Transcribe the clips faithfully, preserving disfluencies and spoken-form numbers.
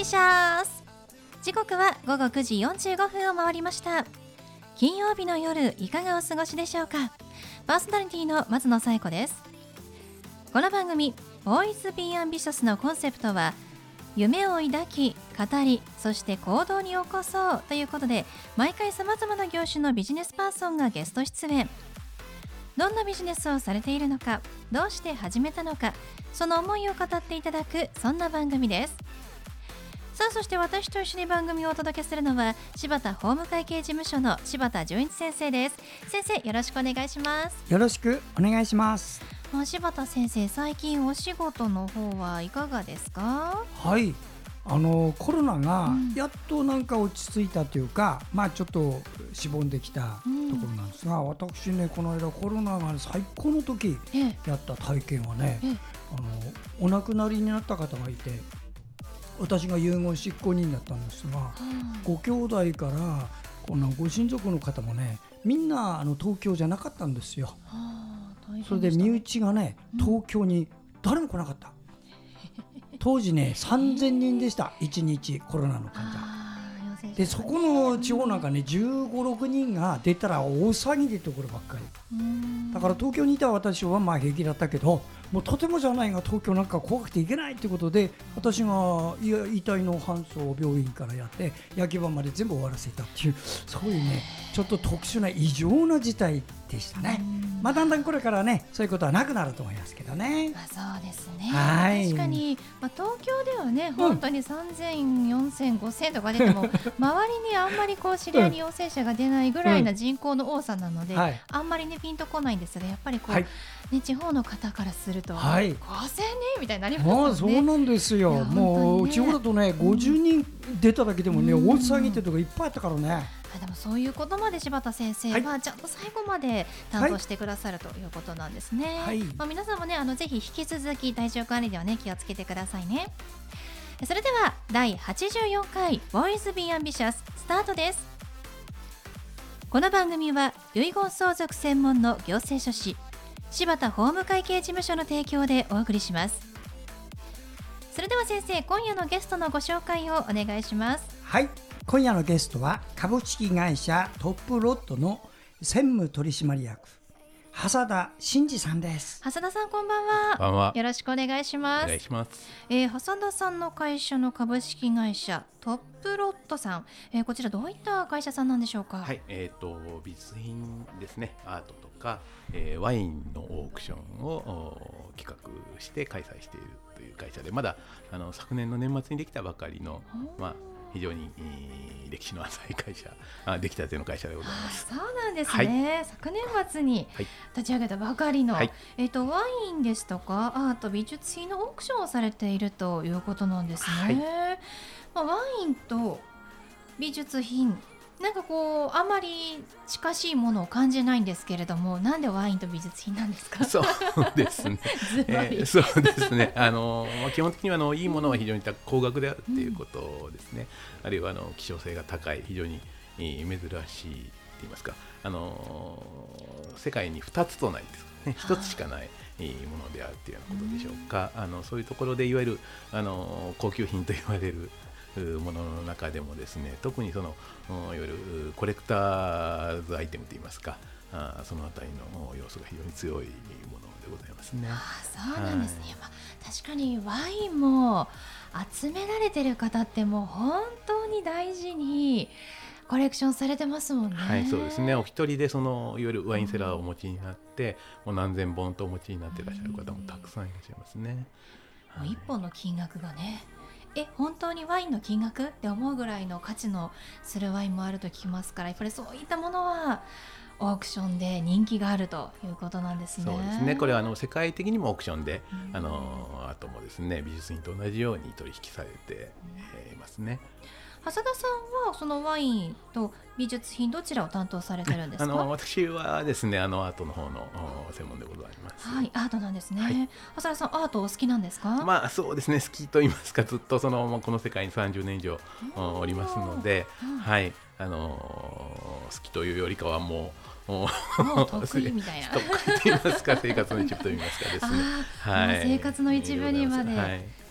ビシャス。時刻はごごくじよんじゅうごふんを回りました。金曜日の夜いかがお過ごしでしょうか。パーソナリティの松野紗友子です。この番組 Boys Be Ambitious のコンセプトは夢を抱き語りそして行動に起こそうということで、毎回さまざまな業種のビジネスパーソンがゲスト出演。どんなビジネスをされているのか、どうして始めたのか、その思いを語っていただく、そんな番組です。さあ、そして私と一緒に番組をお届けするのは柴田法務会計事務所の柴田純一先生です。先生、よろしくお願いします。 よろしくお願いします。 まあ、柴田先生、最近お仕事の方はいかがですか？ はい、あのコロナがやっとなんか落ち着いたというか、うん、まあちょっとしぼんできたところなんですが、うん、私ね、この間コロナが最高の時やった体験はね、あのお亡くなりになった方がいて、私が遺言執行人だったんですが、うん、ご兄弟からこのご親族の方もね、みんなあの東京じゃなかったんですよ。それで身内がね、東京に誰も来なかった、うん、当時ねさんぜんにんでした、いちにちコロナの患者で、そこの地方なんかねじゅうご、ろくにんが出たら大騒ぎでところばっかり。だから東京にいた私はまあ平気だったけど、もうとてもじゃないが東京なんか怖くて行けないということで、私が遺体の搬送病院からやって焼き場まで全部終わらせたっていう、そういうねちょっと特殊な異常な事態でしたね。まあ、だんだんこれからねそういうことはなくなると思いますけどね。 まあ、そうですね、 はい、 確かに、まあ、東京ではね、本当にさんぜん、よんせん、ごせんとか出ても周りにあんまりこう知り合いに陽性者が出ないぐらいな人口の多さなので、うん、はい、あんまりねピンとこないんですが、やっぱりこう、はい、ね、地方の方からすると、はい、ごせんにんみたいになりますよね。 まあ、そうなんですよ。もう、ね、地方だとねごじゅうにん出ただけでもね、うん、大騒ぎってとこいっぱいあったからね。 でもそういうことまで柴田先生はちゃんと最後まで担当してくださるということなんですね。はい、まあ、皆さんもね、あのぜひ引き続き体調管理ではね気をつけてくださいね。それではだいはちじゅうよんかい Boys Be Ambitious スタートです。この番組は遺言相続専門の行政書士柴田法務会計事務所の提供でお送りします。それでは先生、今夜のゲストのご紹介をお願いします。 はい、今夜のゲストは株式会社トップロットの専務取締役長田真二さんです。 長田さん、こんばんは。 こんばんは。 よろしくお願いします。 お願いします。 えー、長田さんの会社の株式会社トップロットさん、えー、こちらどういった会社さんなんでしょうか？ はい、えーと、美術品ですね、アートとか、えー、ワインのオークションを企画して開催しているという会社で、まだあの昨年の年末にできたばかりの、まあ非常に歴史の浅い会社、あできたての会社でございます。 そうなんですね、はい、昨年末に立ち上げたばかりの、はい、えーと、ワインですとかアート美術品のオークションをされているということなんですね。はい、まあ、ワインと美術品、なんかこうあまり近しいものを感じないんですけれども、なんでワインと美術品なんですか？ そうですねえー、そうですね、あの基本的にはあのいいものは非常に高額であるということですね。うん、あるいはあの希少性が高い、非常に珍しいと言いますか、あの世界にふたつとないですかね、ひとつしかないものであるというようなことでしょうか。うん、あのそういうところでいわゆるあの高級品と言われるものの中でもですね、特にそのいわゆるコレクターズアイテムといいますか、あそのあたりの要素が非常に強いものでございますね。 ああ、そうなんですね。はい、まあ、確かにワインも集められてる方ってもう本当に大事にコレクションされてますもんね。 はい、そうですね。お一人でそのいわゆるワインセラーをお持ちになって、うん、もう何千本とお持ちになっていらっしゃる方もたくさんいらっしゃいますね。 うん、はい、いっぽんの金額がね、え本当にワインの金額って思うぐらいの価値のするワインもあると聞きますから、やっぱりそういったものはオークションで人気があるということなんですね。 そうですね。これはあの世界的にもオークションで、うん、あのあともですね、美術品と同じように取引されていますね。 長田さんはそのワインと美術品どちらを担当されてるんですか？ あの私はですね、あのアートの方の専門でございます。 はい、アートなんですね。はい、長田さん、アートお好きなんですか？ まあそうですね、好きと言いますか、ずっとそのこの世界にさんじゅうねん以上おりますので、はい、あの好きというよりかはもうもう得意みたいな得意と言いますか、生活の一部と言いますかですね。 はい、生活の一部にまで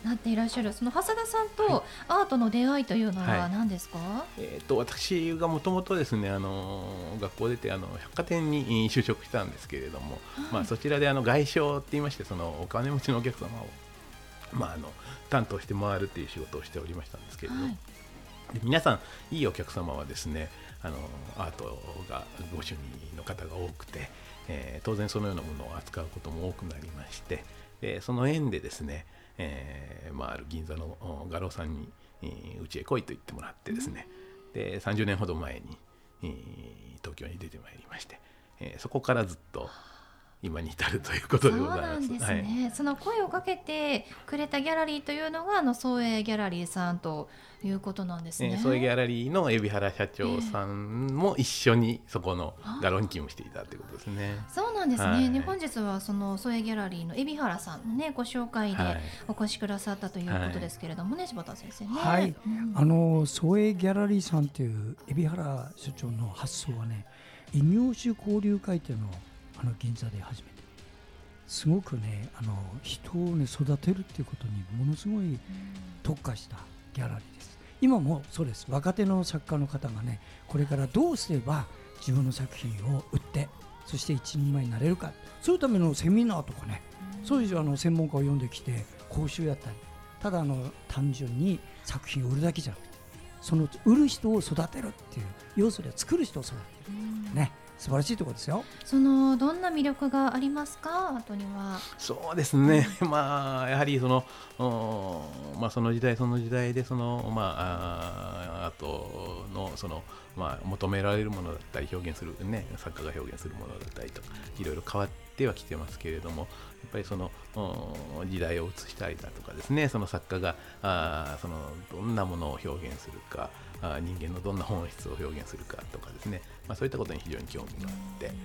なっていらっしゃるその長谷田さんとアートの出会いというのは何ですか？はい、 えー、と私がもともとですねあの学校出てあの百貨店に就職したんですけれども、はい、まあ、そちらであの外商って言いましてそのお金持ちのお客様を、まあ、あの担当して回るっていう仕事をしておりましたんですけれども、はい、で皆さんいいお客様はですねあのアートがご趣味の方が多くて、えー、当然そのようなものを扱うことも多くなりまして、でその縁でですね、えーまあ、ある銀座の画廊さんにうちへ来いと言ってもらってですね、でさんじゅうねんほど前に東京に出てまいりまして、えー、そこからずっと今に至るということでございます。そうなんですね、 はい、その声をかけてくれたギャラリーというのがあの創営ギャラリーさんということなんですね。 えー、創営ギャラリーの海老原社長さんも一緒にそこの画廊に勤務していたということですね。 そうなんですね、はい、本日はその創営ギャラリーの海老原さんの、ね、ご紹介でお越しくださったということですけれどもね、はい、柴田先生ね。 はい、うん、あの創営ギャラリーさんという海老原社長の発想はね、異業種交流会というのをあの銀座で始めて、すごくねあの人を、ね、育てるっていうことにものすごい特化したギャラリーです。今もそうです。若手の作家の方がねこれからどうすれば自分の作品を売ってそして一人前になれるか、そういうためのセミナーとかね、そういうあの専門家を呼んできて講習やったり、ただあの単純に作品を売るだけじゃなくてその売る人を育てるっていう要素で作る人を育てるね、素晴らしいところですよ。 そのどんな魅力がありますか？後にはそうですね、まあ、やはりその、まあ、その時代その時代でその、まあ、あとのその、まあ、求められるものだったり表現する、ね、作家が表現するものだったりとかいろいろ変わってはきてますけれども、やっぱりその時代を映したりだとかですね、その作家があそのどんなものを表現するか、あ人間のどんな本質を表現するかとかですね、まあ、そういったことに非常に興味があって、はい、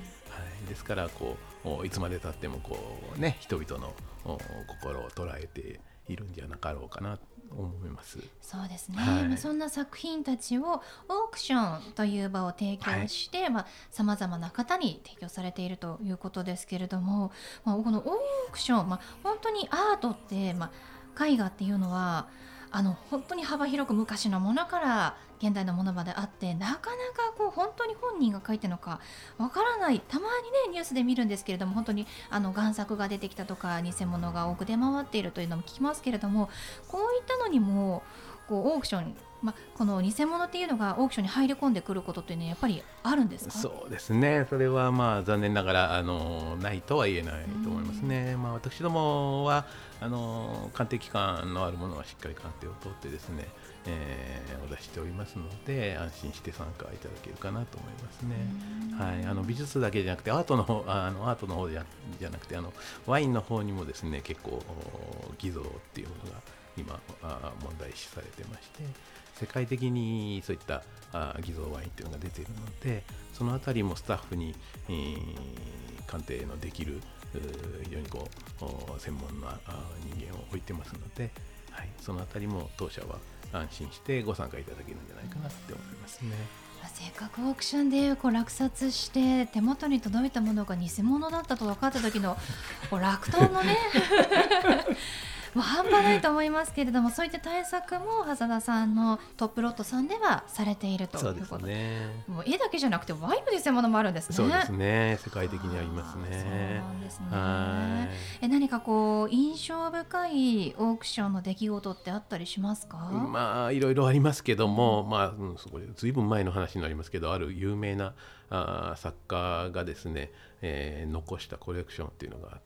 ですからこういつまでたってもこう、ね、人々の心を捉えているんじゃなかろうかなと思います。 そうですね、 はい、 そんな作品たちをオークションという場を提供してさまざ、まな方に提供されているということですけれども、まあ、このオークション、まあ、本当にアートって、まあ、絵画っていうのはあの本当に幅広く昔のものから現代のものまであって、なかなかこう本当に本人が書いてるのかわからない、たまにねニュースで見るんですけれども、本当にあの贋作が出てきたとか偽物が多く出回っているというのも聞きますけれども、こういったのにもこうオークション、ま、この偽物っていうのがオークションに入り込んでくることっていうのはやっぱりあるんですか？ そうですね、それはまあ残念ながらあのないとは言えないと思いますね。まあ、私どもはあの鑑定機関のあるものはしっかり鑑定を取ってですね、えー、お出ししておりますので、安心して参加いただけるかなと思いますね。はい、あの美術だけじゃなくてアートの方、あのアートの方じゃ、じゃなくてあのワインの方にもですね結構偽造っていうものが今あ問題視されてまして、世界的にそういったあ偽造ワインっていうのが出ているので、そのあたりもスタッフに、えー、鑑定のできる非常にこう専門な人間を置いてますので、はい、そのあたりも当社は安心してご参加いただけるんじゃないかなって思いますね。 せっかくオークションでこう落札して手元に届いたものが偽物だったと分かった時のこう落胆のねもう半端ないと思いますけれども、そういった対策も長田さんのトップロットさんではされているということで、ね、もう絵だけじゃなくてワインの偽物もあるんですね。 そうですね、世界的にありますね。 そうなんですね。え何かこう印象深いオークションの出来事ってあったりしますか？ まあいろいろありますけども、まあ、うん、そこでずいぶん前の話になりますけど、ある有名なあ作家がですね、えー、残したコレクションっていうのがあって、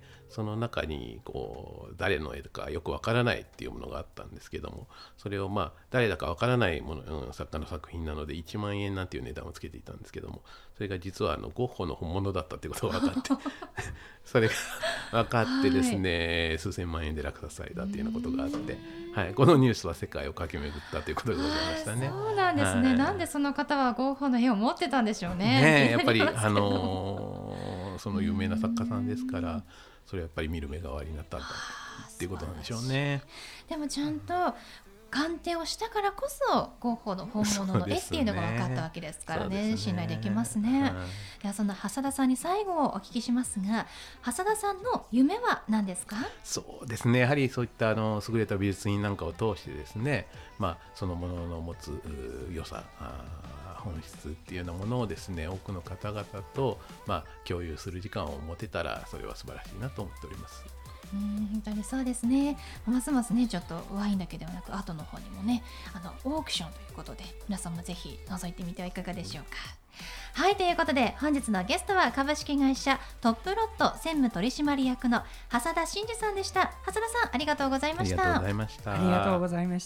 その中にこう誰の絵かよくわからないっていうものがあったんですけども、それをまあ誰だかわからないもの、うん、作家の作品なのでいちまんえんなんていう値段をつけていたんですけども、それが実はあのゴッホの本物だったっていうことが分かってそれが分かってですね、はい、数千万円で落札されたっていうようなことがあって、はい、このニュースは世界を駆け巡ったということでございましたね。 そうなんですね、はい、なんでその方はゴッホの絵を持ってたんでしょうね。 ねやっぱりあのー、その有名な作家さんですから、それはやっぱり見る目がおありになったんだっていうことなんでしょうね。 でもちゃんと鑑定をしたからこそゴッホの本物の絵っていうのが分かったわけですから ね, ね信頼できますね、はい、ではそんな長田さんに最後お聞きしますが、長田さんの夢は何ですか？ そうですね、やはりそういったあの優れた美術品なんかを通してですね、まあ、そのものの持つ良さ、本質っていうようなものをですね、多くの方々と、まあ、共有する時間を持てたらそれは素晴らしいなと思っております。 うん、本当にそうですね。ますますね、ちょっとワインだけではなく後の方にもね、あのオークションということで皆さんもぜひ覗いてみてはいかがでしょうか。はい、ということで本日のゲストは株式会社トップロット専務取締役の長田真嗣さんでした。長田さん、ありがとうございました。 ありがとうございました。 ありがとうございました。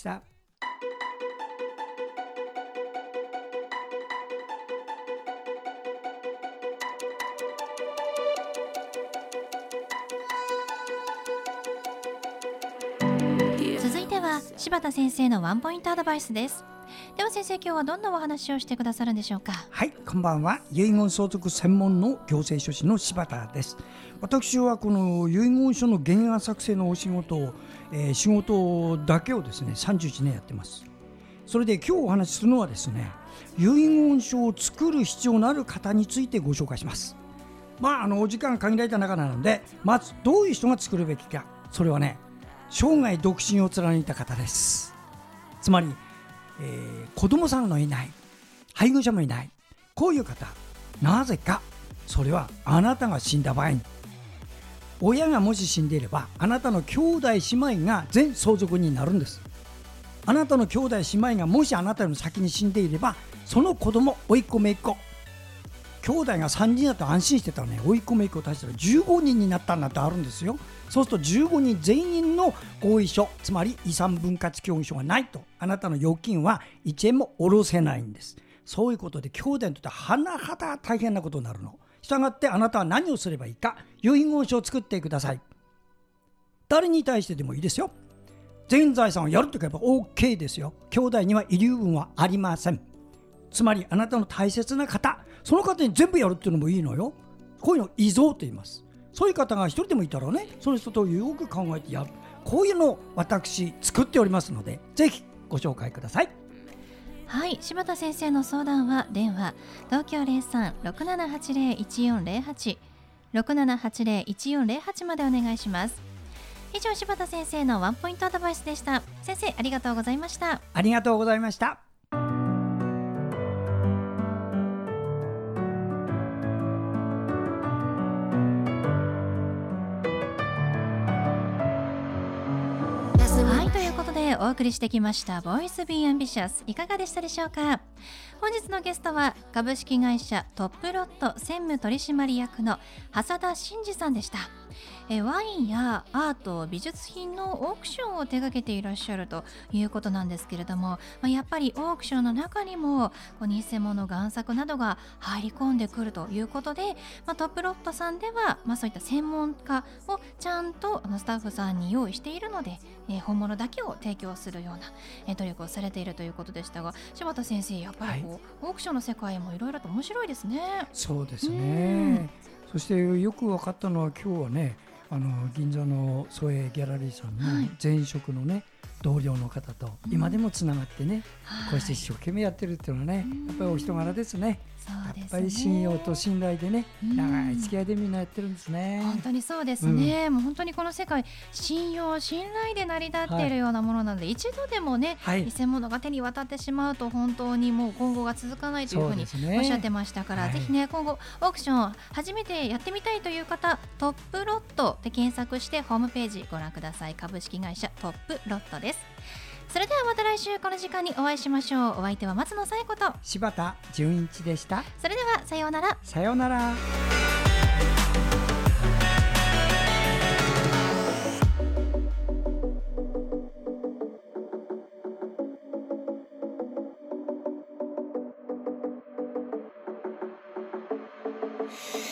続いては柴田先生のワンポイントアドバイスです。では先生、今日はどんなお話をしてくださるんでしょうか？ はい、こんばんは。遺言相続専門の行政書士の柴田です。私はこの遺言書の原案作成のお仕事を、えー、仕事だけをですねさんじゅういちねんやってます。それで今日お話しするのはですね、遺言書を作る必要のある方についてご紹介します。まあ、あのお時間限られた中なので、まずどういう人が作るべきか。それはね、生涯独身を貫いた方です。つまり、えー、子供さんのいない、配偶者もいない、こういう方。なぜか、それはあなたが死んだ場合に、親がもし死んでいればあなたの兄弟姉妹が全相続人になるんです。あなたの兄弟姉妹がもしあなたより先に死んでいれば、その子供、甥っ子姪っ子、兄弟がさんにんだと安心してたらね、甥っ子姪っ子を足したらじゅうごにんになったんだってあるんですよ。そうするとじゅうごにん全員の合意書、つまり遺産分割協議書がないと、あなたの預金はいちえんも下ろせないんです。そういうことで兄弟にとっては甚だ大変なことになるの。したがってあなたは何をすればいいか、遺言書を作ってください。誰に対してでもいいですよ。全財産をやると言えば OK ですよ。兄弟には遺留分はありません。つまりあなたの大切な方、その方に全部やるっていうのもいいのよ。こういうのを遺贈と言います。そういう方が一人でもいたらね、その人とよく考えてやる。こういうのを私作っておりますので、ぜひご紹介ください。 はい、柴田先生の相談は電話東京 ゼロさん ろくななはちゼロ いちよんゼロはち ろくななはちゼロ いちよんゼロはちまでお願いします。以上、柴田先生のワンポイントアドバイスでした。先生、ありがとうございました。 ありがとうございました。 お送りしてきましたボイスビーアンビシャス、いかがでしたでしょうか？本日のゲストは株式会社トップロット専務取締役の長田真嗣さんでした。えワインやアート、美術品のオークションを手掛けていらっしゃるということなんですけれども、まあ、やっぱりオークションの中にもこう偽物贋作などが入り込んでくるということで、まあ、トップロットさんでは、まあ、そういった専門家をちゃんとあのスタッフさんに用意しているので、えー、本物だけを提供するような、えー、努力をされているということでしたが、柴田先生、やっぱりこう、はい、オークションの世界もいろいろと面白いですね。 そうですね。そしてよく分かったのは、今日はね、あの銀座のソエギャラリーさんの前職のね、同僚の方と今でもつながってね、うん、こうして一生懸命やってるっていうのはね、やっぱりお人柄ですね。 そうですね、 やっぱり信用と信頼でね、 うん、 長い付き合いでみんなやってるんですね。 本当にそうですね、うん、もう本当にこの世界、信用信頼で成り立っているようなものなので、はい、一度でもね、はい、偽物が手に渡ってしまうと本当にもう今後が続かないというふうにおっしゃってましたから、ね、ぜひね、今後オークション初めてやってみたいという方、トップロットで検索してホームページご覧ください。株式会社トップロットです。それではまた来週この時間にお会いしましょう。お相手は松野紗友子と柴田純一でした。 それではさようなら。 さようなら。 you